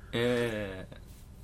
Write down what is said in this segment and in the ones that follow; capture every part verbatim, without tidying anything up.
えー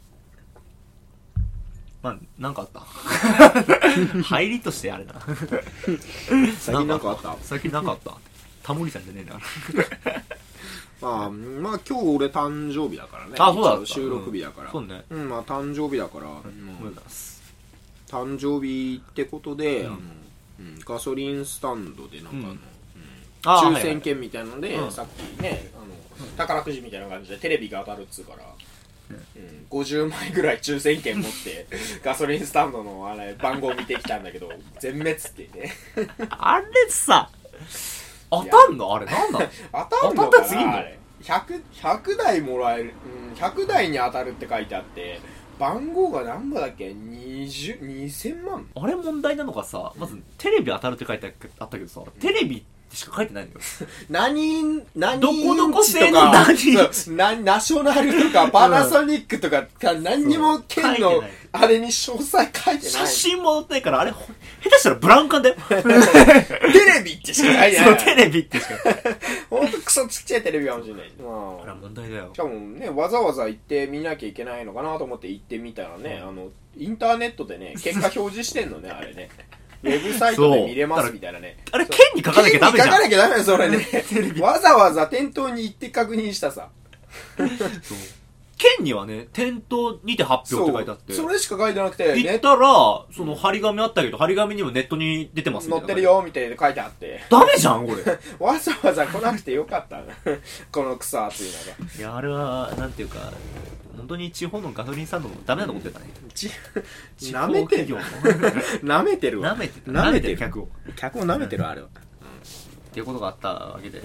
まあ、なんかあった入りとしてあれだな最近なんかあった？ 最近なんかあったタモリさんじゃねえんだからまあ、まあ今日俺誕生日だからね。 あ、そうだ、 収録日だから、 うん、そうね、 うん、まあ誕生日だから、うん、誕生日ってことで、うん、あのうん、ガソリンスタンドでなんかあの、うんうん、抽選券みたいなので、はいはい、さっきね、あの、うん、宝くじみたいな感じでテレビが当たるっつうから、うん、ごじゅうまいぐらい抽選券持ってガソリンスタンドのあれ番号見てきたんだけど全滅ってねあれさ当たんのあれなんだ当たんのかなあれ ひゃく, ひゃくだいもらえる、うん、ひゃくだいに当たるって書いてあって番号が何ぼだっけにじゅう、にせんまんあれ問題なのがさ、まずテレビ当たるって書いてあったけどさ、テレビしか書いてないのよ何何どこどこ製の何なナショナルとかパナソニックとか、うん、何にも県のあれに詳細書いてない写真も載ってないからあれ下手したらブラウン管だよテレビってしか書いてないそうテレビってしかほんとクソちっちゃいテレビかもしれない、まあ、 あれは問題だよ。 しかもねわざわざ行ってみなきゃいけないのかなと思って行ってみたらね、うん、あのインターネットでね結果表示してんのねあれねウェブサイトで見れますみたいなね。 あれ県に書かなきゃダメじゃん。 県に書かなきゃダメよそれねわざわざ店頭に行って確認したさそう県にはね店頭にて発表って書いてあってそ, それしか書いてなくて行ったらその張り紙あったけど張り紙にもネットに出てますみたいな載ってるよみたいな書いてあってダメじゃんこれわざわざ来なくてよかったこの草暑いのがいやあれはなんていうか本当に地方のガソリンスタンドもダメだと思ってたね。 なめてるなめてるわ。 なめてる。なめてる客を。 客をなめてるあれは。 っていうことがあったわけで。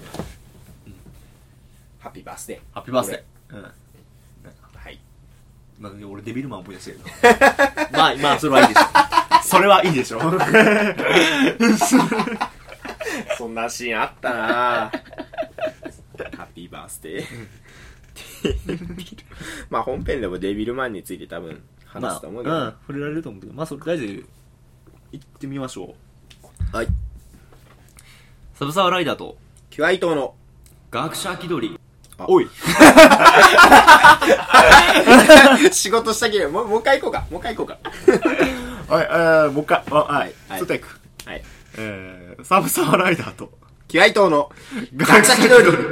ハッピーバースデー。 ハッピーバースデー。うん。 はい。 まあ俺デビルマン思い出してるけど。まあまあそれはいいでしょ。それはいいでしょ。 そんなシーンあったな。ハッピーバースデー。まあ本編でもデビルマンについて多分話すと思うけど、まあ、 うん触れられると思うけど、まあそれとりあえず行ってみましょう。はい。 サブサーライダーとキュアイ島の学者気取り。おい仕事したきりもうもう一回行こうかもう一回行こうかはい、えー、もう一回はい、 はい、 ツーテイクはい、 えー、サブサーライダーとキュアイ島の学者気取り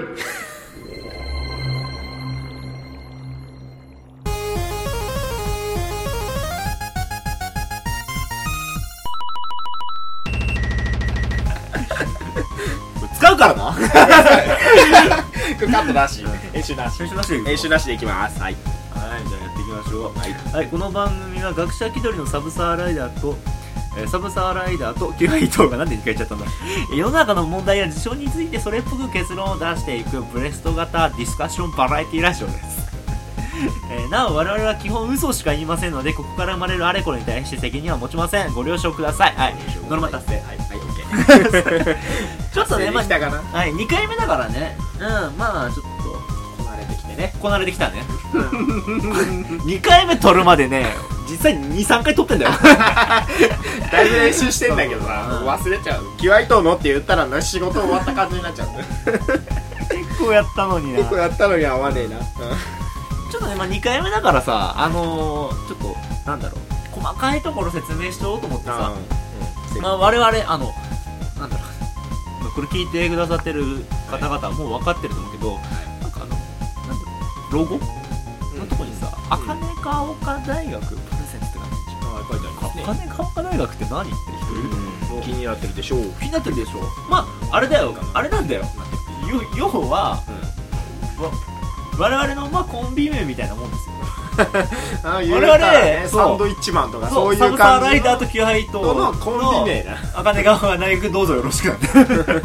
使うからなカットなし編集なし編集なしで編集なしでいきます。はい、 はい、じゃあやっていきましょう。はい、はい、この番組は学者気取りのサブサーライダーと、えー、サブサーライダーとキュアイトーがなんでにかいちゃったんだ世の中の問題や事象についてそれっぽく結論を出していくブレスト型ディスカッションバラエティラジオですえー、なお我々は基本嘘しか言いませんのでここから生まれるあれこれに対して責任は持ちません。ご了承ください。はい、ノルマ達成。はい、はい、オッケーちょっとね、まあ、はい、にかいめだからね、うん、まあちょっとこなれてきてねこなれてきたね、うん、にかいめ撮るまでね実際ににさんかい撮ってんだよだいぶ練習してんだけどさ、忘れちゃう。キュアイトーのって言ったらな仕事終わった感じになっちゃう結構やったのにな結構やったのに合わねえなちょっとね、まあ、にかいめだからさ、あのー、ちょっと、なんだろう、細かいところ説明しようと思ってさ、うん、まあ、我々、あの、なんだろう、これ聞いてくださってる方々はもう分かってると思うけど、はい、なんかあの、なんだろう、ロゴのとこにさ、あかねが丘大学プレゼンツって感じでしょ。 あ、書いてありますね。 あかねが丘大学って何って人いると思う。 気になってるでしょう。 気になってるでしょう。まあ、あれだよ、あれなんだよ。要は、うん我々のまあコンビ名みたいなもんですよあ我々、ね、サンドイッチマンとかそういう感じのサブサーライダーとキュアイトのコンビ名だ。 あかねが丘大学どうぞよろしくなんで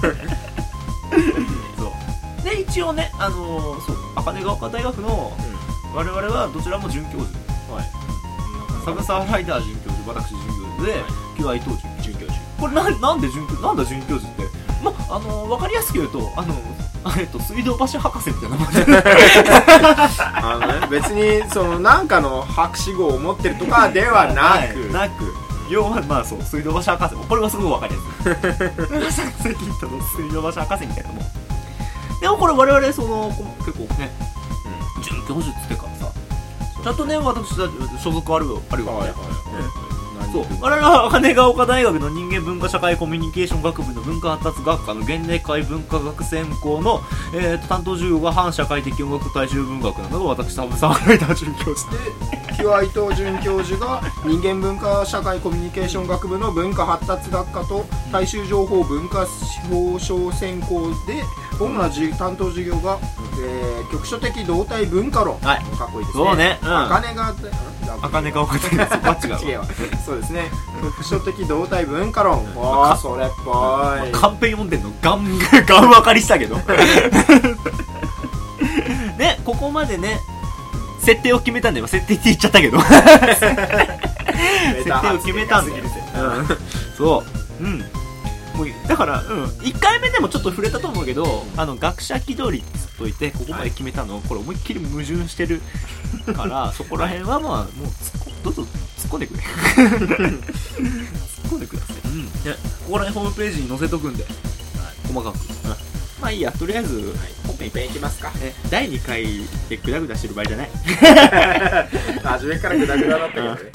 そうで一応ねあのー、そうあかねが丘大学の、うん、我々はどちらも准教授、はい、サブサーライダー准教授私准教授で、はい、キュアイト准教授。これ な, なんで准教なんだ准教授ってまあのー、分かりやすく言うとあのえっと水道橋博士みたいなもんあの、ね、別にそのなんかの博士号を持ってるとかではなく、はい、 なく要はまあそう水道橋博士もこれはすごい分かりやすいさっき言ったの水道橋博士みたいなもんでもこれ我々その結構ね、うん、准教授っつってからさちゃんとね私たち所属あるよあるよ、 はいはい、 そう我々は茜ヶ丘大学の人間文化社会コミュニケーション学部の文化発達学科の現代会文化学専攻の、えー、と担当授業が反社会的音楽大衆文学など私サブサーライダー准教授でキュア伊藤准教授が人間文化社会コミュニケーション学部の文化発達学科と大衆情報文化表彰専攻で主な担当授業が、えー、局所的動態文化論、 はい、 かっこいいですね。 そうね、 茜が茜ヶ丘大学バッチが違うわそうですね、局所的動態文化論、わあそれっぽい、 カンペ読んでんのガンガン分かりしたけどね、ここまでね設定を決めたんだよ。設定って言っちゃったけど設定を決めたんだよ、うん、そううんもうだから、うん、いっかいめでもちょっと触れたと思うけど、あの学者気取りといてここまで決めたの、はい、これ思いっきり矛盾してるからそこら辺はまあもうどうぞ突っ込んでくれ突っ込んでください、うん、でここら辺ホームページに載せとくんで、はい、細かく、うん、まあいいや、とりあえず、はい、 本編いっぱいいきますか。 えだいにかいでグダグダしてる場合じゃない初めからグダグダだったけどね、はい。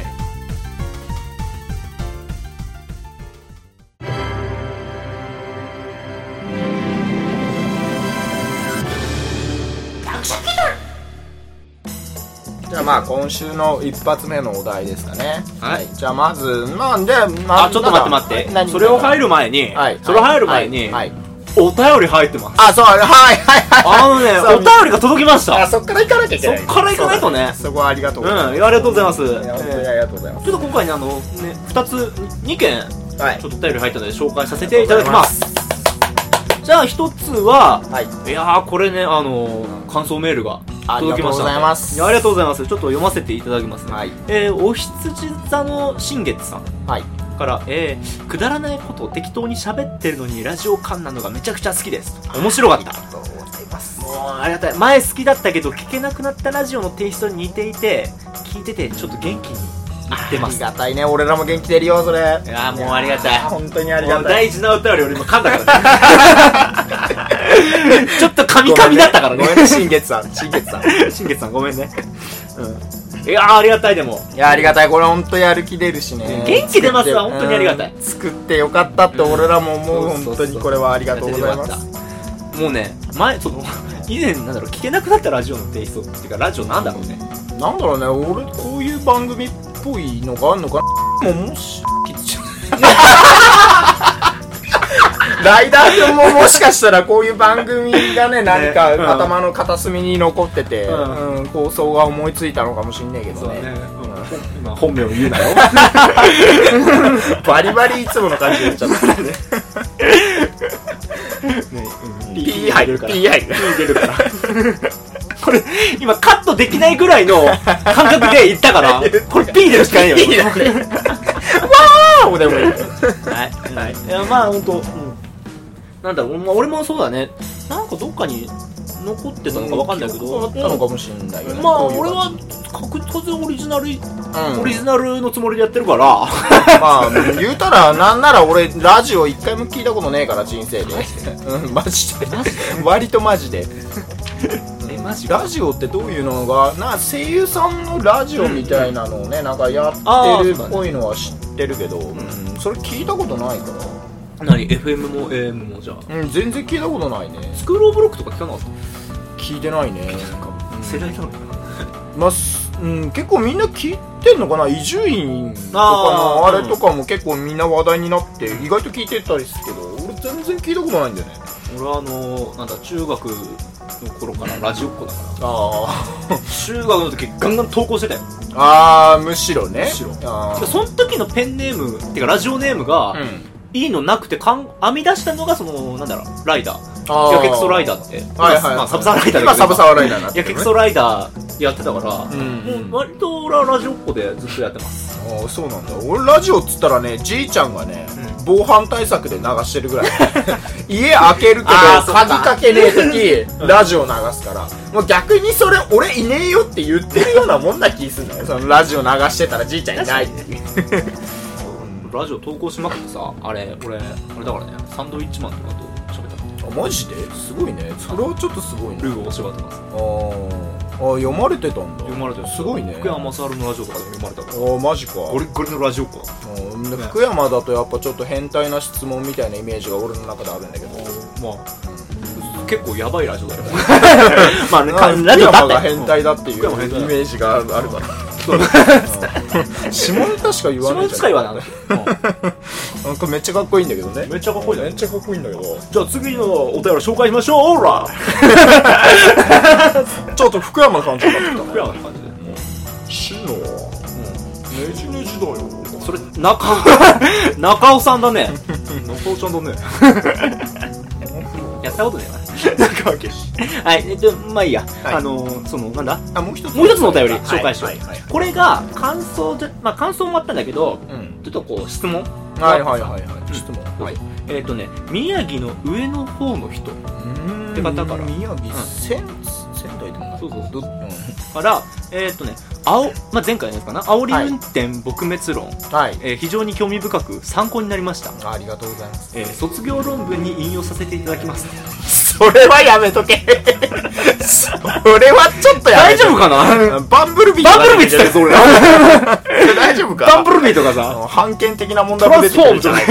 じゃあまあ今週の一発目のお題ですかね。 はい。 じゃあまずなんで、 まあちょっと待って待って。それを入る前に、 はい、 それを入る前に、はい、お便り入ってます。 あ、そう、はいはいはい。 あのね、お便りが届きました。 あ、そっから行かなきゃいけない。 そっから行かないとね。 そこはありがとうございます。 うん、ありがとうございます。 本当にありがとうございます。 ちょっと今回ね、あのね、二つ、二件、はい、ちょっとお便り入ったので紹介させていただきます。じゃあ一つは、はい、いやーこれね、あのー、感想メールが届きました。 ありがとうございます。 いや、ありがとうございます。ちょっと読ませていただきますね。はい、えー、お羊座の新月さん、はい、から、えー、くだらないことを適当に喋ってるのにラジオ感なのがめちゃくちゃ好きです。面白かった。ありがとうございます。もうありがたい。前好きだったけど聞けなくなったラジオのテイストに似ていて、聞いててちょっと元気になってます。 ありがたいね。俺らも元気出るよそれ。いやもうありがたい。 本当にありがたい。 大事なお便り俺今噛んだからね。ちょっと噛み噛みだったからね。 ごめんね、新月さん。新月さん。 新月さんごめんね。うん。いやーありがたい。でもいやありがたい。これ本当やる気出るしね。 元気出ますわ。本当にありがたい。 作ってよかったって俺らも思う。本当にこれはありがとうございます。 もうね、前その以前なんだろう、聞けなくなったラジオのテイストっていうかラジオなんだろうね。 なんだろうね。俺こういう番組っぽいのがあるのかな。もうもしライダー君ももしかしたらこういう番組がね何か頭の片隅に残ってて、うんうん、放送が思いついたのかもしんねえけどね。 今本名を言うなよ。 バリバリいつもの感じで言っちゃったね。 ピー入るから。 ピー入る。 ピー出るから。これ今カットできないぐらいの感覚で言ったから、これ P 出るしかないよ。わーでもいい。はいはい。いやまあ本当、うん、なんだろう、俺もそうだね。なんかどっかに残ってたのかわかんないけど、 あったのかもしれないよね。 まあ俺は確実オリジナル、うん、オリジナルのつもりでやってるから。 まあ言うたらなんなら俺ラジオ一回も聞いたことねえから人生で。うんマジで。割とマジで。ラジオってどういうのがな、声優さんのラジオみたいなのをね、うん、なんかやってるっぽいのは知ってるけど、うん、それ聞いたことないから。 何 エフエム も エーエム もじゃあ、 うん、全然聞いたことないね。 スクールオブロックとか聞かなかった？ 聞いてないね。 世代なのかな。 まあ、うん、結構みんな聞いてんのかな。伊集院とかのあれとかも結構みんな話題になって意外と聞いてたりするけど、俺全然聞いたことないんだよね。 俺はあのなんだ中学の頃からラジオっ子だから、 あ中学の時ガンガン投稿してたよ。 ああむしろね。むしろあその時のペンネームっていうかラジオネームが、うん、いいのなくてかん編み出したのがそのなんだろうライダーやけくそライダーって、 はいはいはい、 まあ、サブサーライダーだけど今サブサーライダーになってる、ね、やけくそライダーやってたから、うん、もう割と俺はラジオっ子でずっとやってます。 ああそうなんだ。俺ラジオっつったらねじいちゃんがね、うん、防犯対策で流してるぐらい。家開けるけど鍵かけねえ時ラジオ流すから、もう逆にそれ俺いねえよって言ってるようなもんな気すんだよ。そのラジオ流してたらじいちゃんいないっていう。 ラジオ投稿しまくってさ、あれ俺あれだからね、サンドウィッチマンとかと喋ったの。 あマジですごいね。それはちょっとすごいね。 ルーを教えてます。 あ読まれてたんだ。 読まれてる。 すごいね。 福山雅治のラジオとかでも読まれたから。 ああマジか。 ゴリゴリのラジオか。 うん、福山だとやっぱちょっと変態な質問みたいなイメージが俺の中であるんだけど、まあ、 うん、結構やばいラジオだよまあね、ラジオだが変態だっていうイメージがあるから下ネタしか言わないじゃん。下ネタしか言わないなんかめっちゃかっこいいんだけどね。 めっちゃかっこいい、 めっちゃかっこいいんだけど。 じゃあ次のお便り紹介しましょう。オーラちょっと福山の感じになってきたね。 福山の感じでシノねじねじだよ。 それ中中尾さんだね。中尾ちゃんだね。やったことねえな。中尾けし。はい、えっとまあいいや。はい、あのー、そのなんだ。 あもう一つもう一つのお便り紹介しよう。 はいはいはい、 これが感想じゃ、まあ感想もあったんだけど、うん、ちょっとこう質問。 はいはいはいはい。質問。 はい。えっとね、宮城の上の方の人って方から。 宮城仙仙台でもない。 そうそうそう。から、えっとね、青、まあ、前回のやつかな、煽り運転撲滅論、はい、えー、非常に興味深く参考になりました。 ありがとうございます。 えー、卒業論文に引用させていただきます。 それはやめとけ。それはちょっとやめとけ。 大丈夫かな。 バンブルビーバンブルビーって言ったよ、それ。 大丈夫か。 バンブルビーとかさ、 判権的な問題も出てくるじゃないか。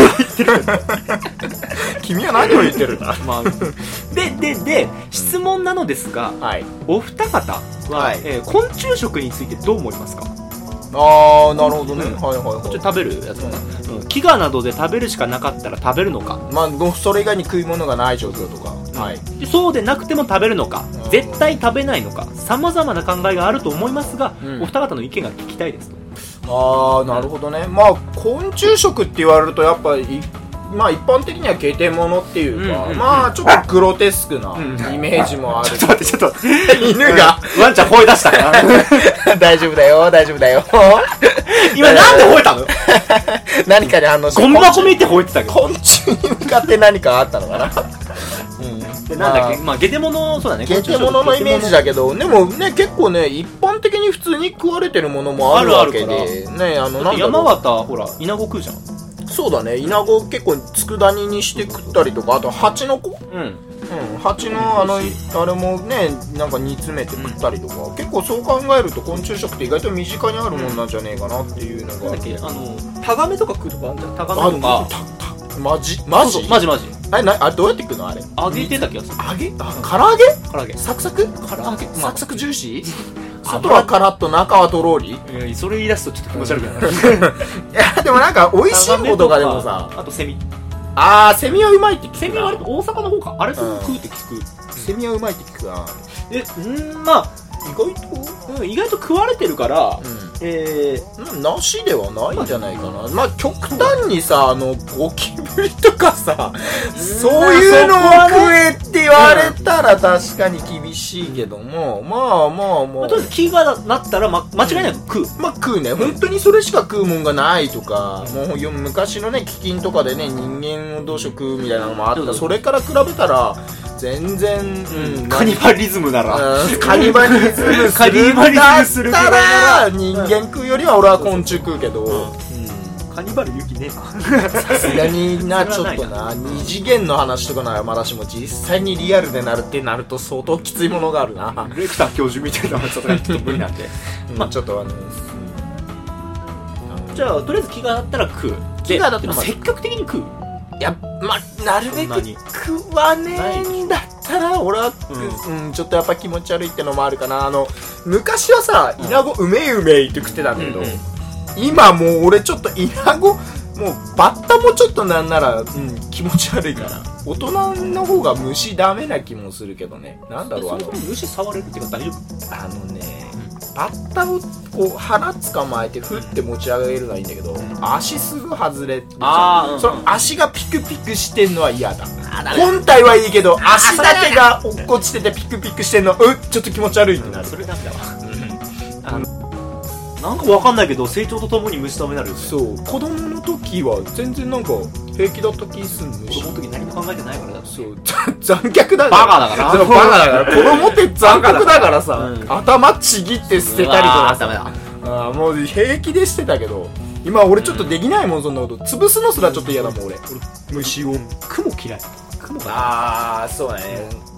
君は何を言ってるんだ。まあ、 ででで質問なのですが、はい、お二方は、はい、えー、昆虫食についてどう思いますか。 ああなるほどね、うん、はいはいはい。 こっち食べるやつかな、うん、飢餓などで食べるしかなかったら食べるのか、 まあそれ以外に食い物がない状況とか、 うん、はい、そうでなくても食べるのか、絶対食べないのか、さまざまな考えがあると思いますが、うん、お二方の意見が聞きたいですと。 ああなるほどね。まあ昆虫食って言われるとやっぱりまあ一般的にはゲテモノっていうか、うんうんうん、まあちょっとグロテスクなイメージもある、うん、 ちょっと待ってちょっと待って犬がワンちゃん吠え出したから大丈夫だよ大丈夫だよ今なんで吠えたの何かに反応してゴミ箱見て吠えてたけど昆虫に向かって何かあったのかなうん、でなんだっけ、まあゲテモノ、そうだね、 ゲテモノのイメージだけど、でもね結構ね一般的に普通に食われてるものもあるわけでね、あのなん山形ほらイナゴ食うじゃん。 そうだね、イナゴ結構佃煮にして食ったりとか、あとハチノコ、うん、うん、ハチのあのあれもねなんか煮詰めて食ったりとか、うん、結構そう考えると昆虫食って意外と身近にあるもんなんじゃねえかなっていうのが、うん、 なんだっけ、あのタガメとか食うとかあるじゃん。タガメとかマジマジマジマジあれなあれどうやって食うのあれ。 揚げてた気がする。 揚げあ唐揚げ唐揚げサクサク唐揚げサクサクジューシー外はカラッと中はとろり。 いやそれ言い出すとちょっと気持ち悪くなる。 いやでもなんか美味しいものとかでもさ、 あとセミ、 あーセミはうまいって聞く。 セミは割と大阪の方かあれと食うって聞く。 セミはうまいって聞くな。 えうんまあ意外と、うん、意外と食われてるから、うん、えー、なしではないんじゃないかな。まあ極端にさあのゴキブリとかさ、そういうのを食えって言われたら確かに厳しいけども、まあまあまあ、 とりあえず気がなったら、ま、間違いなく食う、 まあ食うね。本当にそれしか食うもんがないとか、もう昔のね飢饉とかでね人間をどうしよう食うみたいなのもあった。それから比べたら全然、うん、 カニバリズムなら、 うん、カニバリズムするんだったら人間食うよりは俺は昆虫食うけど、うんうん、カニバル勇気ねえな。 さすがになちょっとな二次元の話とかならまだしも実際にリアルでなるってなると相当きついものがあるな。 レクター教授みたいな話はちょっと無理なんで、 まあちょっとあの、 じゃあとりあえず気があったら食う。 気がだって積極的に食う。 いやまあなるべく食わねえんだったら俺は、うんうん、ちょっとやっぱ気持ち悪いってのもあるかな。あの昔はさイナゴうめいうめいって食ってたんだけど、うんうん、今もう俺ちょっとイナゴもうバッタもちょっとなんなら、うん、気持ち悪いから大人の方が虫ダメな気もするけどね。なんだろうあの虫触れるっていうか大丈夫。 あのねバッタをこう腹捕まえてふって持ち上げるのはいいんだけど、足すぐ外れてあ、うん、 その足がピクピクしてんのは嫌だ。本体はいいけど足だけが落っこちててピクピクしてんのうちょっと気持ち悪いってなる。 それダメだわ、うん、あのなんかわかんないけど成長とともに虫ダメになるよね。 そう子供の時は全然なんか平気だった気すんの。 子供の時何も考えてないからだって。 そう残虐だバカだからバカだから子供って残酷だからさ、うん、頭ちぎって捨てたりとかさあもう平気でしてたけど今俺ちょっとできないもん。そんなこと潰すのすらちょっと嫌だもん俺。虫を雲嫌い。雲がああそうだね。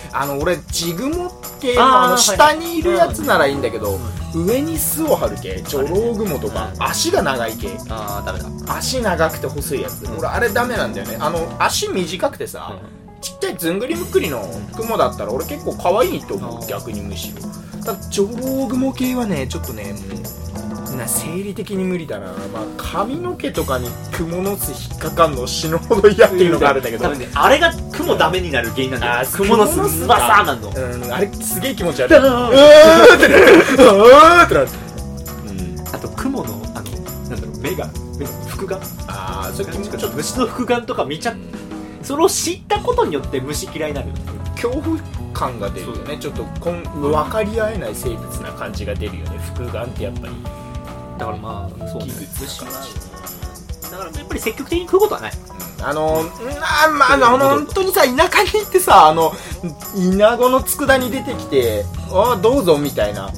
あの俺ジグモ系のあの下にいるやつならいいんだけど、上に巣を張る系ジョロウグモとか足が長い系、 あーダメだ。 足長くて細いやつ、俺あれダメなんだよね。あの足短くてさ、ちっちゃいずんぐりむっくりのクモだったら俺結構可愛いと思う、逆にむしろ。ただジョロウグモ系はねちょっとねもうな生理的に無理だな。まあ髪の毛とかにクモの巣引っかかんの死ぬほど嫌っていうのがあるんだけど、 多分ねあれがクモダメになる原因なんだよ。クモの巣バサーなんの。 うん、あれすげえ気持ち悪い。うーってなる、うーってなる。 あとクモのあのなんだろう目が目の複眼、 ああそれちょっと虫の複眼とか見ちゃっ、それを知ったことによって虫嫌いになる。 恐怖感が出るよね。ちょっとこん分かり合えない生物な感じが出るよね、複眼ってやっぱり。 だからまあそう、ね、虫はだからやっぱり積極的に食うことはない。 うん、あのあまああの本当にさ田舎に行ってさ、あのイナゴの佃煮出てきてあどうぞみたいなう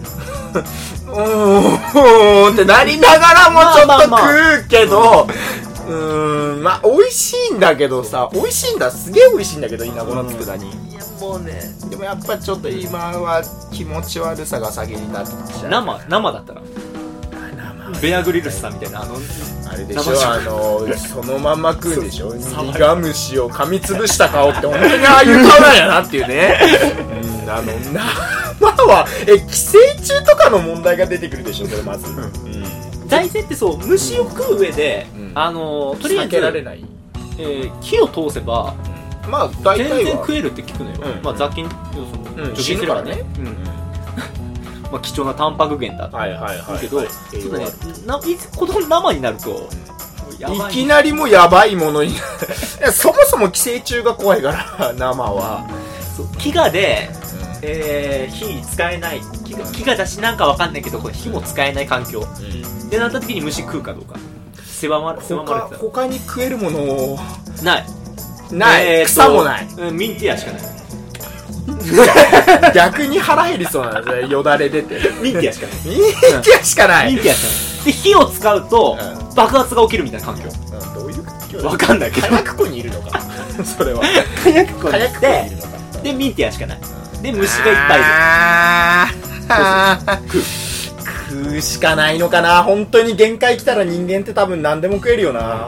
ーんってなりながらもちょっと食うけど、うーんまあ美味しいんだけどさ、美味しいんだ、すげえ美味しいんだけどイナゴの佃煮、いやもうね、でもやっぱちょっと今は気持ち悪さが先になっちゃう。 生生だったらベアグリルスさんみたいなあのあれでしょ、あのそのまま食うんでしょ、苦虫を噛みつぶした顔って本当にああいう顔なんやなっていうねうん、あの生はえ寄生虫とかの問題が出てくるでしょ、それまず、うん、 大前ってそう虫を食う上で、うん、あのとりあえず避けられない、 えー、火を通せば、 うん、まあ大体は全然食えるって聞くのよ、うん、まあ雑菌その、うん、死ぬからね、うんまあ、貴重なタンパク源だとはいはいはい、 けど、はい、ちょっとね、ないつ子供生になるといきなりもうやばいものにいやそもそも寄生虫が怖いから生はそう飢餓で、うんえー、火使えない飢餓、飢餓だしなんかわかんないけどこれ火も使えない環境、うん、でなった時に虫食うかどうか狭まれ狭まれてた他に食えるものないない、えー、草もない、 うん、ミンティアしかない逆に腹減りそうなんですね、よだれ出てミンティアしかないミンティアしかないミンティアしかないで火を使うと、うん、爆発が起きるみたいな環境、 うん、どういう環境わかんないけど火薬庫にいるのかそれは火薬庫にいるのかでミンティアしかないで虫がいっぱいいるあー食う食うしかないのかな。本当に限界来たら人間って多分何でも食えるよな、うん、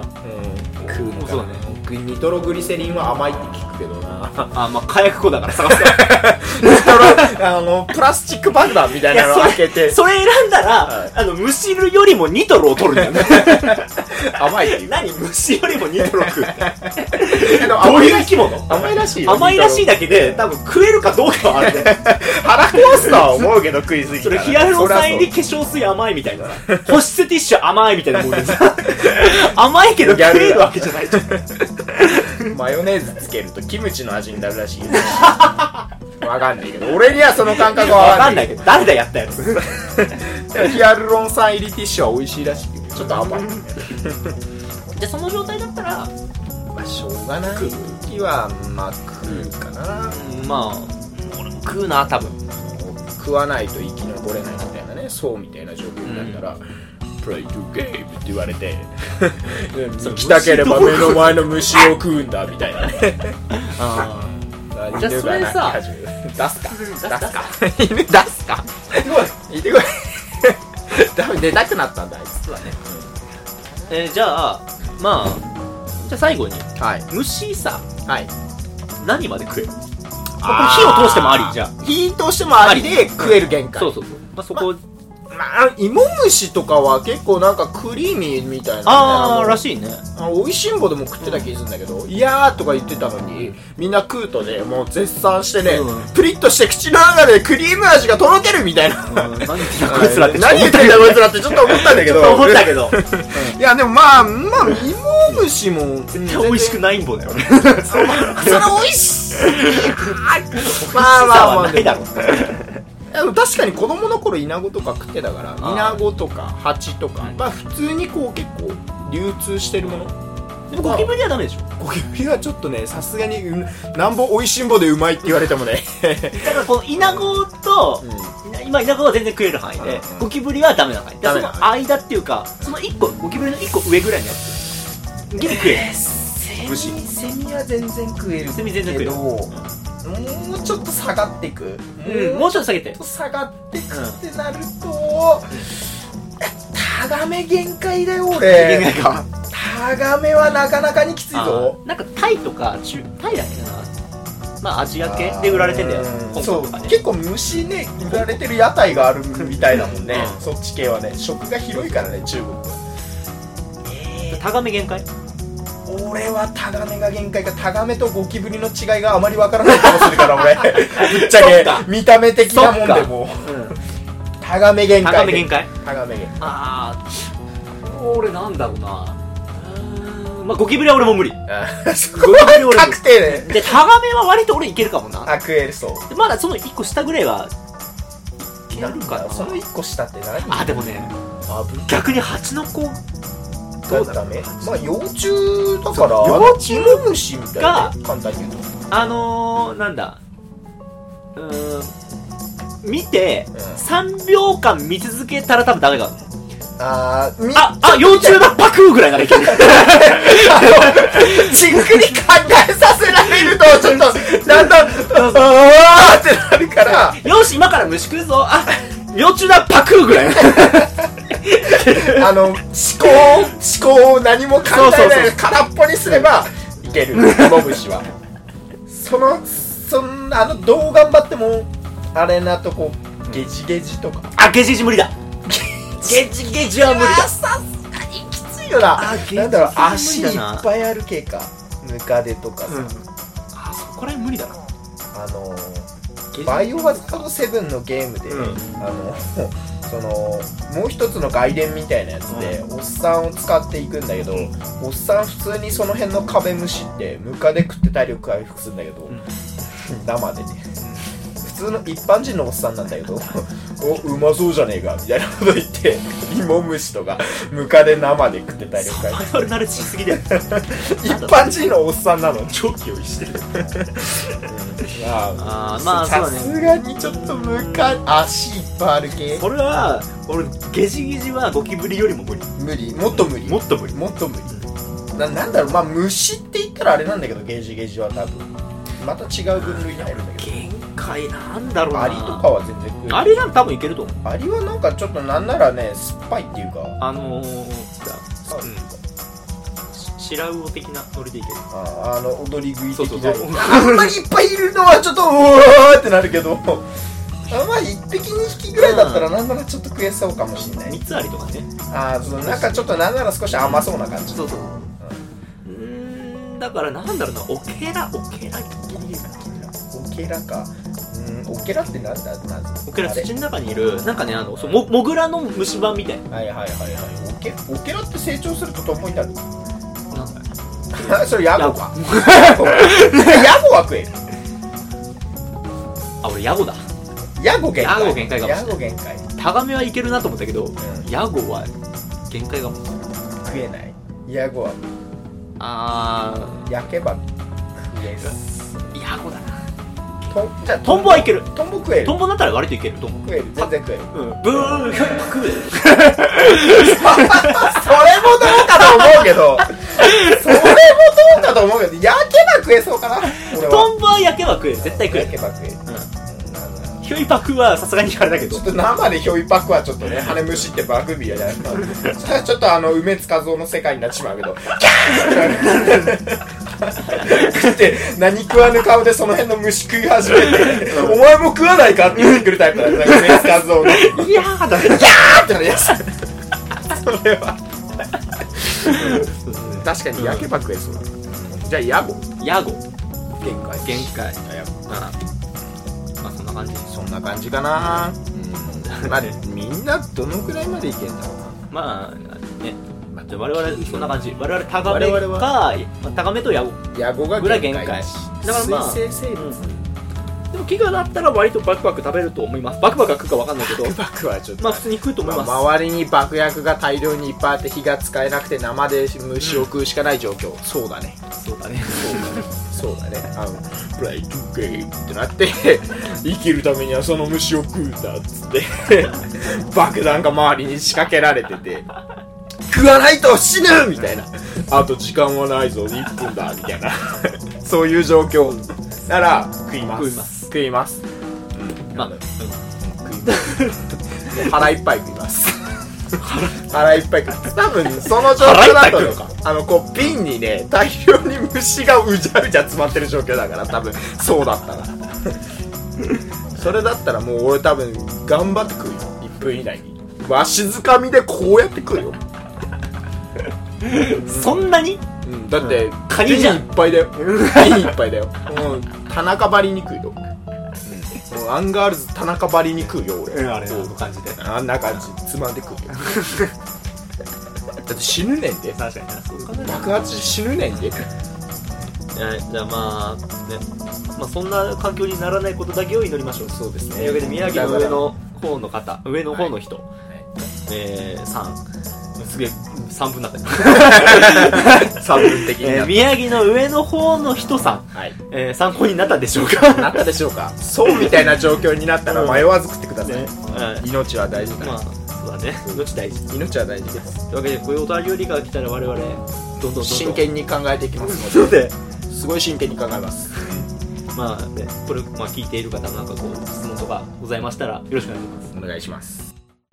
食うのかな。そうね、ニトログリセリンは甘いって聞くけどなあ、まあ火薬庫だから探すあのプラスチック爆弾みたいなのを開けてそ, れそれ選んだら、はい、あの虫よりもニトロを取るんだよね甘いっていう何虫よりもニトロ食うどういう生き物甘いらしいよ甘いらしいだけで多分食えるかどうかはあるね腹壊すとは思うけど食いすぎたらそれヒアルロン酸入り化粧水甘いみたいな保湿ティッシュ甘いみたいなもんです甘いけど食えるわけじゃないマヨネーズつけるとキムチの味になるらしいよわかんないけど俺にはその感覚はわかんないけど誰だやったやつヒアルロン酸入りティッシュは美味しいらしいけどちょっと甘いじゃあその状態だったらまあしょうがない時はまあ食うかな、 うん、まあ俺も食うな多分食わないと生き残れないみたいなねそうみたいな状況になったら、うんプレイトゲームって言われて来たければ目の前の虫を食うんだみたいなねああじゃあそれさ出すか出すか犬出すか行ってこい多分出たくなったんだあいつはね、 うんえー、じゃあまあじゃあ最後に、 はい、 虫さ、 はい、 何まで食えるこれ火を通してもありじゃあ火通してもありで食える限界、 うん、そうそうそう、まあ、そこ、ままあ、芋虫とかは結構なんかクリーミーみたいな、ね、 あーらしいねあおいしんぼでも食ってた気がするんだけど、うん、いやーとか言ってたのにみんな食うとねもう絶賛してね、うん、プリッとして口の中でクリーム味がとろけるみたいな、うん、 何言ってんだこいつらって何言ってんだこいつらってちょっと思ったんだけど思ったけど、 うん、いやでもまあまあ芋虫も絶対美味しくないんぼだよねそれ美味しいまあまあまあないだろでも確かに子供の頃イナゴとか食ってたからイナゴとかハチとか、うん、まあ普通にこう結構流通してるものでもゴキブリはダメでしょゴキブリはちょっとねさすがになんぼおいしんぼでうまいって言われてもねだからこのイナゴと、うん、今イナゴは全然食える範囲で、うん、ゴキブリはダメな範囲でその間っていうかそのいっこゴキブリのいっこ上ぐらいのやつギリ食える、 えー、セミセミは全然食えるセミ全然食えるもうちょっと下がっていく、 うん、もうちょっと下げて下がっていくってなると、タガメ限界だよ俺。 限界か。 タガメはなかなかにきついぞ。 なんかタイとか中タイだっけな、まあアジア系で売られてんだよ。 そう、結構虫ね売られてる屋台があるみたいだもんね、うん、そっち系はね食が広いからね中国は。 えー、タガメ限界？ 俺はタガメが限界か。タガメとゴキブリの違いがあまりわからないかもするから俺ぶっちゃけ見た目的なもんでも、うん、タガメ限界。 タガメ限界。 タガメ限界。 ああ、俺なんだろうな。まあ、ゴキブリは俺も無理。ゴキブリ俺確定ね。で、タガメは割と俺いけるかもな。 あ、食えるそう。 まだそのいっこ下ぐらいはいけるかな。 そのいっこ下って何？ あ、でもね、逆にハチノコどうダメ？まあ幼虫だから幼虫虫みたいな、ね、簡単に言うとあのー、なんだうーん見て、うん、さんびょうかん見続けたら多分ダメかも。 あーあ、あ、幼虫だパクーぐらいならいけるじっくり考えさせられるとちょっとだんだんあーってなるからよし今から虫食うぞ。あ、幼虫だパクーぐらいあの思考思考を何も考えないで空っぽにすればいける。この虫はそのそんあのどう頑張ってもあれなとこゲジゲジとか。 あ、ゲジゲジ無理だ。ゲジゲジは無理だ。 さすがにきついよな。あ、なんだろう、足いっぱいある系か。ムカデとかさ、うん、 あ、そこら辺無理だな。 あのバイオハザードセブンのゲームで、うん、あのそのもう一つの外伝みたいなやつで、うん、おっさんを使っていくんだけど、うん、おっさん普通にその辺のカベムシってムカデ食って体力回復するんだけど、うん、生でね普通の一般人のおっさんなんだけどお、うまそうじゃねえかみたいなこと言ってイモムシとかムカデ生で食って体力回復。 サバイバル慣れしすぎだよ一般人のおっさんなの超気をしてるああ、まあさすがにちょっとムカ足いっぱいある系。 これは俺ゲジゲジはゴキブリよりも無理。 無理、もっと無理、 もっと無理、 もっと無理。な、なんだろう、まあ虫って言ったらあれなんだけど、ゲジゲジは多分また違う分類に入るんだけど。 限界なんだろうな。 アリとかは全然食える。 アリなんて多分いけると思う。 アリはなんかちょっとなんならね酸っぱいっていうか、 あのー、白魚的なノリでいける。 あ、あの踊り食い的な。 そうそうそうあんまりいっぱいいるのはちょっとうわーってなるけど、あ、まあいっぴきにひきぐらいだったらなんならちょっと食えそうかもしれない。 みつありとかね。 あ、そう、なんかちょっとなんなら少し甘そうな感じ。 そうそう。うーん、だからなんだろうな、オケラ、オケラギリギリか。 オケラか。うん、オケラってなんだまず。 オケラ土の中にいるなんかね、あのそうモモグラの虫歯みたい。 はいはいはいはい。オケオケラって成長するとともになる。 なんだ。 それヤゴか。ヤゴは食える。 あ、俺ヤゴだ。 ヤゴ限界。 ヤゴ限界かもしれない。 ヤゴ限界。 タガメはいけるなと思ったけど、うん、ヤゴは限界かも。 食えない。ヤゴは。 あー、焼けば食える。 ヤゴだな。 とじゃあトンボはいける。 トンボ食える。 トンボだったら割といける。トンボ食える。全然食える。 うん。ブーン食える。 それもどうかと思うけど。それもどうかと思うけど、焼けば食えそうかな。 トンボは焼けば食える。絶対食える。 焼けば食える。 うん。ヒョイパクはさすがにあれだけど。 ちょっと生でヒョイパクはちょっとね、羽虫ってバグビアじゃない。それはちょっとあの梅津和夫の世界になってしまうけど。キャー食って何食わぬ顔でその辺の虫食い始めてお前も食わないかって言ってくるタイプだね。梅津和夫のいやーだね。 キャーってなるやつ。それは確かに焼けば食えそうだ。じゃあヤゴヤゴ限界限界。あまあそんな感じ。 そんな感じかな。うん、まあみんなどのくらいまでいけんだろうな。 まあね、じゃあ我々そんな感じ。我々タガメかタガメとヤゴヤゴが限界。 だからまあ水生生物、うん、 でも飢餓だったら割とバクバク食べると思います。バクバクは食うか分かんないけど、 バクバクはちょっとまあ普通に食うと思います。 まあ、周りに爆薬が大量にいっぱいあって火が使えなくて生で虫を食うしかない状況、うん、そうだねそうだねそうだねあのプライトゲームってなって生きるためにはその虫を食うんだっつって爆弾が周りに仕掛けられてて食わないと死ぬみたいなあと時間はないぞいっぷんだみたいなそういう状況なら食います食います食います、うん、まあ、うん、食います腹いっぱい食います腹いっぱい食います多分その状況だとのかあのこう瓶にね大量に虫がうじゃうじゃ詰まってる状況だから多分そうだったらそれだったらもう俺多分頑張って食うよいっぷん以内にわしづかみでこうやって食うよそんなに、 うん、だってカニじゃんいっぱいだよ瓶いっぱいだよもう田中張りに食うよ、うん、もうアンガールズ田中張りに食うよ俺、 うん、あれあの感じであんな感じつまんで食うよだって死ぬねんで確かになそう考え爆発して死ぬねんでじゃあまあねまあそんな環境にならないことだけを祈りましょうそうですねというわけで宮城の上の方の方上の方の人、はいはい、えー、さんすげえさんぶんになったさんぶん的になった、 えー、宮城の上の方の人さん、はい、えー、参考になったでしょうかなったでしょうかそうみたいな状況になったら迷わず食ってください、ね、うん、命は大事だ、 まあ、そうだね命大事命は大事ですというわけでこういうお便りが来たら我々どんどんどん真剣に考えていきますのですごい真剣に考えますまあねこれ、まあ、聞いている方なんかこう質問とかございましたらよろしくお願いしますお願いします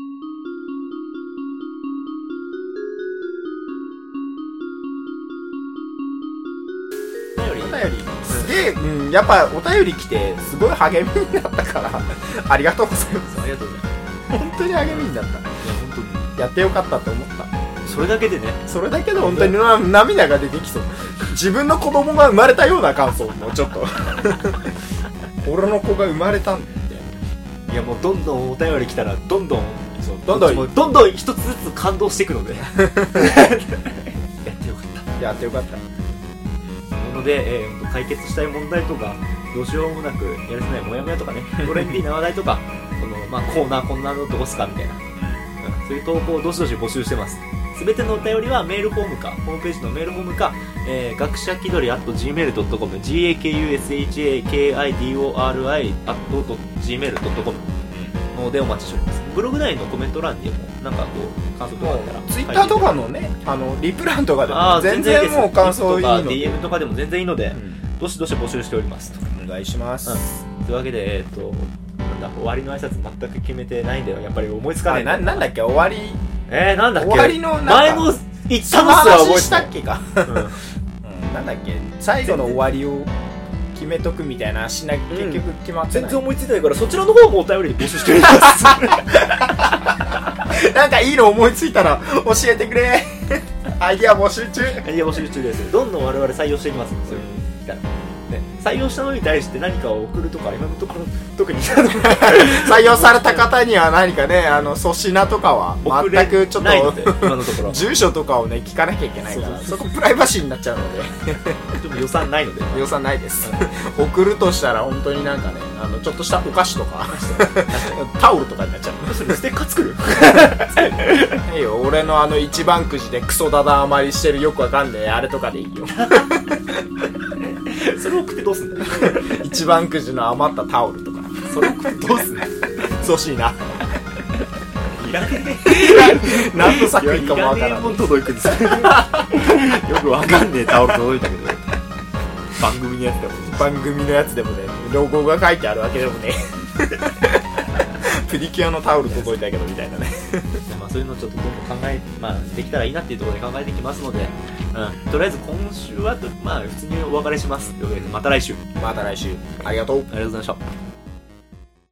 お便りすげえ、うん、やっぱお便り来てすごい励みになったからありがとうございますありがとうございます本当に励みになったいや本当にやってよかったと思ったそれだけでねそれだけで本当に涙が出てきそう自分の子供が生まれたような感想もうちょっと俺の子が生まれたんだよいやもうどんどんお便り来たらどんどんそうどんどんどんどん一つずつ感動していくのでやってよかったやってよかったなので、えー、解決したい問題とかどうしようもなくやるせないモヤモヤとかねトレンディーな話題とかこの、まあ、コーナーこんなのどうすかみたいな、うん、そういう投稿をどしどし募集してます。すべてのお便りはメールフォームかホームページのメールフォームか、えー、学者気取り アットジーメールドットコム ガクシャキドリ アットジーメールドットコム のでお待ちしております。ブログ内のコメント欄にもなんかこう感想とかあったらツイッターとかのねあのリプランとかでも全然もう感想いいのでディーエム とかでも全然いいので、うん、どしどし募集しておりますお願いします、 うん、というわけでえっ、ー、となんだ終わりの挨拶全く決めてないんだよやっぱり思いつかないんだな, なんだっけ終わりえー、なんだっけ終わりのなんか前の言ったのすら覚えてしたっけか、うんうん、なんだっけ最後の終わりを決めとくみたいなしな、うん、結局決まってない全然思いついてないからそちらの方もお便りで募集しておりますなんかいいの思いついたら教えてくれアイディア募集中アイディア募集中ですどんどん我々採用していきますそういうのね、採用したのに対して何かを送るとか今のところ特に採用された方には何かねあの粗品とかは全くちょっと今のところ住所とかをね聞かなきゃいけないからそこプライバシーになっちゃうのでちょっと予算ないので予算ないです、うん、送るとしたら本当になんかねあのちょっとしたお菓子とかタオルとかになっちゃうそれステッカー作るいいよ俺のあの一番くじでクソダダ余りしてるよくわかんねえあれとかでいいよそれを送ってどうすんだよ一番くじの余ったタオルとかそれを送ってどうすんだよそうしいないらねえ何の作品かもわからんいらねえもん届くんですよよくわかんねえタオル届いたけど番組のやつでも番組のやつでもねロゴが書いてあるわけでもねプリキュアのタオル届いたけどみたいなねまあそういうのをちょっとどんどん考え、まあ、できたらいいなっていうところで考えていきますので、うん、とりあえず今週はまあ普通にお別れしますというわけでまた来週また来週ありがとうありがとうございました。